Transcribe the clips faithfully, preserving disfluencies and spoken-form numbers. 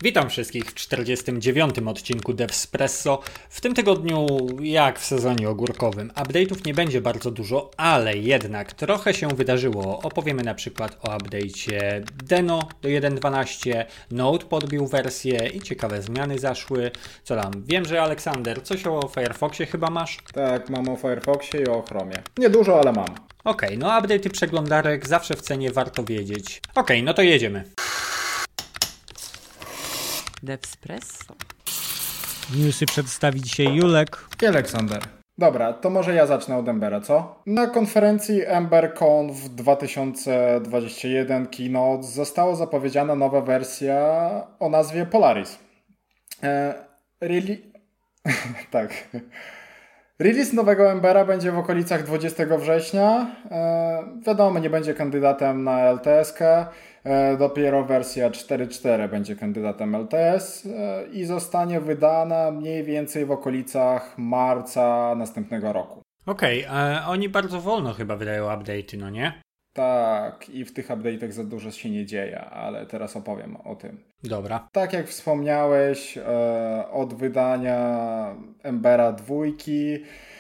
Witam wszystkich w czterdziestym dziewiątym odcinku Devspresso. W tym tygodniu, jak w sezonie ogórkowym, update'ów nie będzie bardzo dużo, ale jednak trochę się wydarzyło. Opowiemy na przykład o update'cie Deno do jeden kropka dwanaście, Node podbił wersję i ciekawe zmiany zaszły. Co tam? Wiem, że Aleksander, coś o Firefoxie chyba masz? Tak, mam o Firefoxie i o Chromie. Niedużo, ale mam. Okej, okay, no update'y przeglądarek zawsze w cenie, warto wiedzieć. Okej, okay, no to jedziemy. Devspresso. Newsy przedstawi dzisiaj Julek I Aleksander. Dobra, to może ja zacznę od Embera, co? Na konferencji EmberConf dwa tysiące dwudziesty pierwszy Keynote została zapowiedziana nowa wersja o nazwie Polaris. E, really... tak... Release nowego Embera będzie w okolicach dwudziestego września. E, wiadomo, nie będzie kandydatem na L T S K. E, dopiero wersja cztery cztery będzie kandydatem L T S e, i zostanie wydana mniej więcej w okolicach marca następnego roku. Okej, okay, oni bardzo wolno chyba wydają update'y, no nie? Tak, i w tych update'ach za dużo się nie dzieje, ale teraz opowiem o tym. Dobra. Tak jak wspomniałeś, e, od wydania Embera dwójki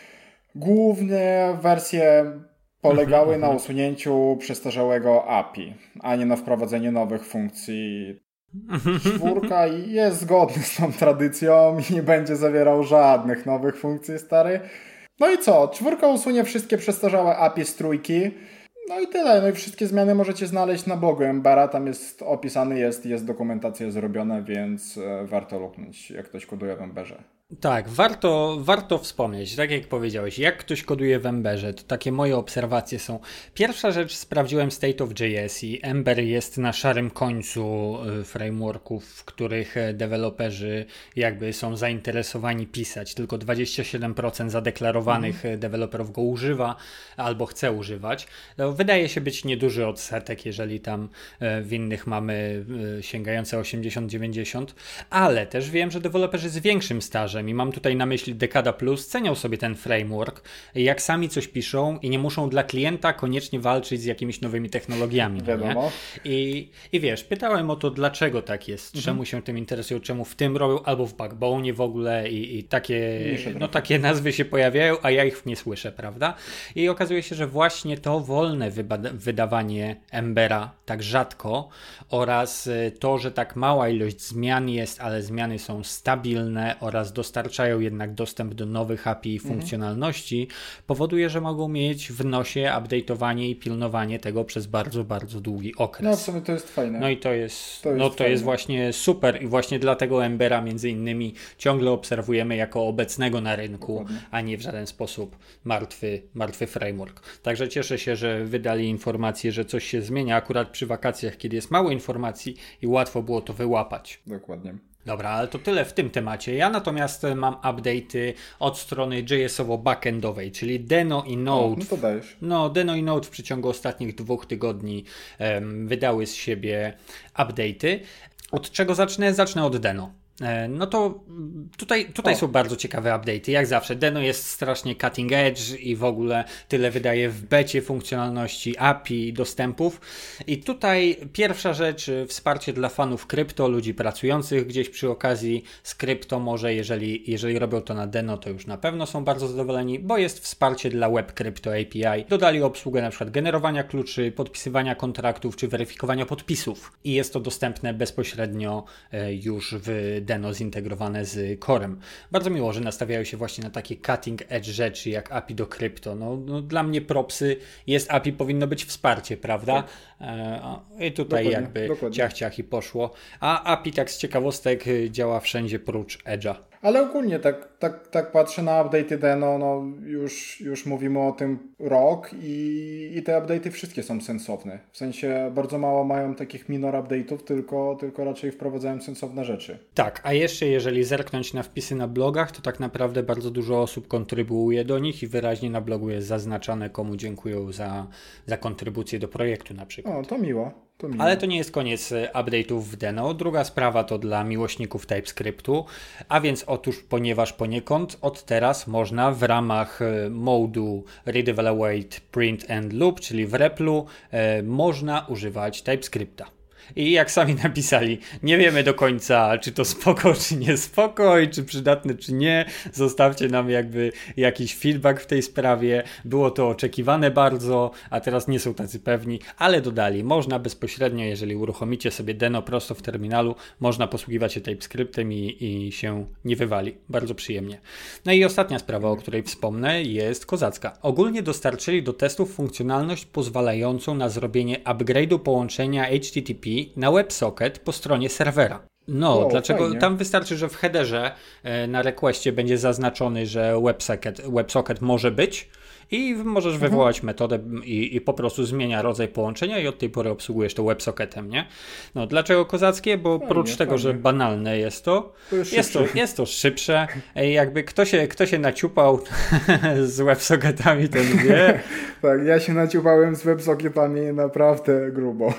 głównie wersje polegały na usunięciu przestarzałego A P I, a nie na wprowadzeniu nowych funkcji. Czwórka jest zgodny z tą tradycją i nie będzie zawierał żadnych nowych funkcji stary. No i co? Czwórka usunie wszystkie przestarzałe A P I z trójki. No i tyle. No i wszystkie zmiany możecie znaleźć na blogu Embera. Tam jest opisany, jest, jest dokumentacja zrobiona, więc warto luknąć, jak ktoś koduje w Emberze. Tak, warto, warto wspomnieć, tak jak powiedziałeś, jak ktoś koduje w Emberze, to takie moje obserwacje są. Pierwsza rzecz, sprawdziłem State of J S i Ember jest na szarym końcu frameworków, w których deweloperzy jakby są zainteresowani pisać. Tylko dwadzieścia siedem procent zadeklarowanych mm. deweloperów go używa albo chce używać. Wydaje się być nieduży odsetek, jeżeli tam w innych mamy sięgające osiemdziesiąt dziewięćdziesiąt, ale też wiem, że deweloperzy z większym stażem i mam tutaj na myśli Dekada Plus, cenią sobie ten framework, jak sami coś piszą i nie muszą dla klienta koniecznie walczyć z jakimiś nowymi technologiami. Wiadomo. I, I wiesz, pytałem o to, dlaczego tak jest, mhm. czemu się tym interesują, czemu w tym robią, albo w Backbone w ogóle i, i takie, no, takie nazwy się pojawiają, a ja ich nie słyszę, prawda? I okazuje się, że właśnie to wolne wybada- wydawanie Embera tak rzadko oraz to, że tak mała ilość zmian jest, ale zmiany są stabilne oraz dostarczają jednak dostęp do nowych A P I i funkcjonalności, mhm. powoduje, że mogą mieć w nosie update'owanie i pilnowanie tego przez bardzo, bardzo długi okres. No w sumie to jest fajne. No i to jest, to jest, no, to fajne. jest właśnie super i właśnie dlatego Embera między innymi ciągle obserwujemy jako obecnego na rynku, Dokładnie. a nie w żaden sposób martwy, martwy framework. Także cieszę się, że wydali informację, że coś się zmienia akurat przy wakacjach, kiedy jest mało informacji i łatwo było to wyłapać. Dokładnie. Dobra, ale to tyle w tym temacie. Ja natomiast mam update'y od strony J S-owo-backendowej, czyli Deno i Node. O, no to dajesz. No, Deno i Node w przeciągu ostatnich dwóch tygodni um, wydały z siebie update'y. Od czego zacznę? Zacznę od Deno. No to tutaj, tutaj są bardzo ciekawe update'y. Jak zawsze, Deno jest strasznie cutting edge i w ogóle tyle wydaje w becie funkcjonalności A P I i dostępów. I tutaj pierwsza rzecz, wsparcie dla fanów krypto, ludzi pracujących gdzieś przy okazji z krypto może, jeżeli, jeżeli robią to na Deno, to już na pewno są bardzo zadowoleni, bo jest wsparcie dla Web Crypto A P I. Dodali obsługę na przykład generowania kluczy, podpisywania kontraktów czy weryfikowania podpisów. I jest to dostępne bezpośrednio już w Deno zintegrowane z Corem. Bardzo miło, że nastawiają się właśnie na takie cutting edge rzeczy jak A P I do krypto. No, no dla mnie propsy, jest A P I, powinno być wsparcie, prawda? Tak. E, I tutaj dokładnie, jakby dokładnie. ciach, ciach i poszło. A A P I tak z ciekawostek działa wszędzie prócz Edge'a. Ale ogólnie tak, tak, tak patrzę na update'y Deno, no już, już mówimy o tym rok i, i te update'y wszystkie są sensowne. W sensie bardzo mało mają takich minor update'ów, tylko, tylko raczej wprowadzają sensowne rzeczy. Tak, a jeszcze jeżeli zerknąć na wpisy na blogach, to tak naprawdę bardzo dużo osób kontrybuuje do nich i wyraźnie na blogu jest zaznaczane, komu dziękują za, za kontrybucję do projektu na przykład. O, to miło. To miło. Ale to nie jest koniec update'ów w Deno. Druga sprawa to dla miłośników TypeScriptu, a więc otóż ponieważ poniekąd od teraz można w ramach modu Read, Evaluate, Print and Loop, czyli w R E P L u, e, można używać TypeScripta. I jak sami napisali, nie wiemy do końca, czy to spoko, czy nie spoko, i czy przydatne, czy nie. Zostawcie nam jakby jakiś feedback w tej sprawie. Było to oczekiwane bardzo, a teraz nie są tacy pewni, ale dodali, można bezpośrednio, jeżeli uruchomicie sobie Deno prosto w terminalu, można posługiwać się TypeScriptem i, i się nie wywali. Bardzo przyjemnie. No i ostatnia sprawa, o której wspomnę, jest kozacka. Ogólnie dostarczyli do testów funkcjonalność pozwalającą na zrobienie upgrade'u połączenia H T T P na WebSocket po stronie serwera. No, o, dlaczego? fajnie. Tam wystarczy, że w headerze e, na requestie będzie zaznaczony, że WebSocket, WebSocket może być i możesz mhm. wywołać metodę i, i po prostu zmienia rodzaj połączenia i od tej pory obsługujesz to WebSocketem, nie? No, dlaczego kozackie? Bo fajnie, oprócz tego, fajnie. że banalne jest to, to jest, jest, to, jest to szybsze. Ej, jakby kto się, kto się naciupał z WebSocketami, ten wie. Tak, ja się naciupałem z WebSocketami naprawdę grubo.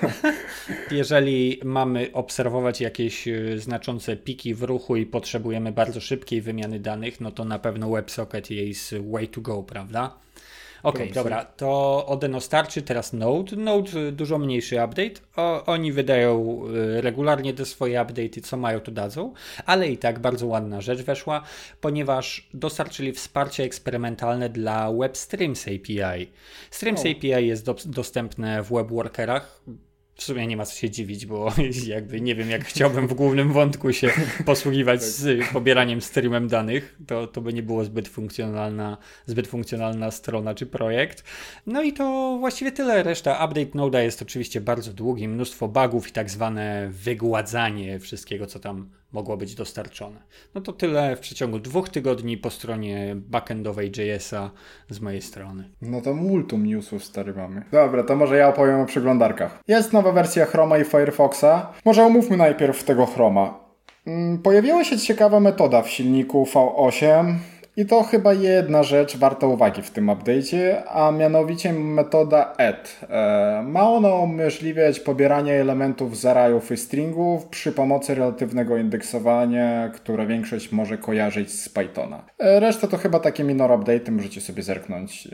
Jeżeli mamy obserwować jakieś znaczące piki w ruchu i potrzebujemy bardzo szybkiej wymiany danych, no to na pewno WebSocket jest way to go, prawda? Okej, okay, dobra, to o Deno starczy, teraz Node. Node dużo mniejszy update, o, oni wydają regularnie te swoje update'y, co mają to dadzą, ale i tak bardzo ładna rzecz weszła, ponieważ dostarczyli wsparcie eksperymentalne dla WebStreams A P I. Streams oh. A P I jest do, dostępne w WebWorkerach. W sumie nie ma co się dziwić, bo jakby nie wiem, jak chciałbym w głównym wątku się posługiwać z pobieraniem streamem danych, to, to by nie było zbyt funkcjonalna, zbyt funkcjonalna strona czy projekt. No i to właściwie tyle. Reszta update Node'a jest oczywiście bardzo długi, mnóstwo bugów i tak zwane wygładzanie wszystkiego, co tam mogło być dostarczone. No to tyle w przeciągu dwóch tygodni po stronie backendowej J S a z mojej strony. No to multum newsów stary mamy. Dobra, to może ja opowiem o przeglądarkach. Jest nowa wersja Chroma i Firefoxa. Może omówmy najpierw tego Chroma. Pojawiła się ciekawa metoda w silniku V osiem i to chyba jedna rzecz warta uwagi w tym update'cie, a mianowicie metoda add. Ma ona umożliwiać pobieranie elementów z arrayów i stringów przy pomocy relatywnego indeksowania, które większość może kojarzyć z Pythona. Reszta to chyba takie minor update'y, możecie sobie zerknąć,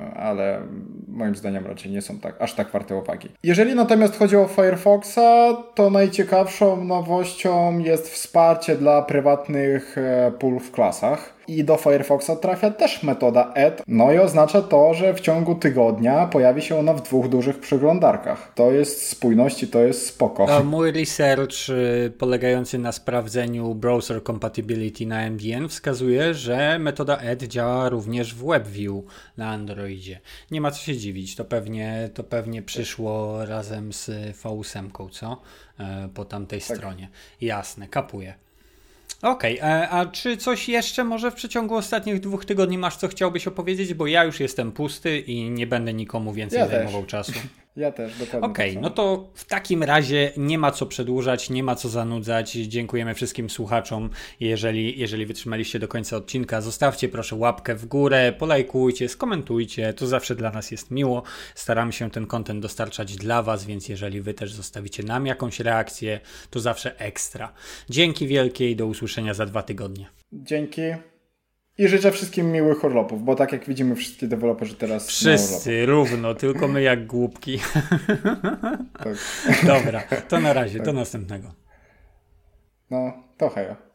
ale moim zdaniem raczej nie są tak, aż tak warte uwagi. Jeżeli natomiast chodzi o Firefoxa, to najciekawszą nowością jest wsparcie dla prywatnych pól w klasach. I do Firefoxa trafia też metoda add, no i oznacza to, że w ciągu tygodnia pojawi się ona w dwóch dużych przeglądarkach. To jest spójność i to jest spoko. A mój research y, polegający na sprawdzeniu browser compatibility na M D N wskazuje, że metoda add działa również w WebView na Androidzie. Nie ma co się dziwić, to pewnie, to pewnie przyszło razem z V osiem, co? E, po tamtej tak. stronie. Jasne, kapuję. Okej, okay, a czy coś jeszcze może w przeciągu ostatnich dwóch tygodni masz, co chciałbyś opowiedzieć? Bo ja już jestem pusty i nie będę nikomu więcej ja zajmował też. czasu. Ja też, dokładnie. Okej, okay, no to w takim razie nie ma co przedłużać, nie ma co zanudzać. Dziękujemy wszystkim słuchaczom. Jeżeli, jeżeli wytrzymaliście do końca odcinka, zostawcie proszę łapkę w górę, polajkujcie, skomentujcie. To zawsze dla nas jest miło. Staramy się ten content dostarczać dla was, więc jeżeli wy też zostawicie nam jakąś reakcję, to zawsze ekstra. Dzięki wielkie i do usłyszenia za dwa tygodnie. Dzięki. I życzę wszystkim miłych urlopów, bo tak jak widzimy, wszystkie deweloperzy teraz wszyscy równo, tylko my jak głupki. Tak. Dobra, to na razie, tak. Do następnego. No, to hejo.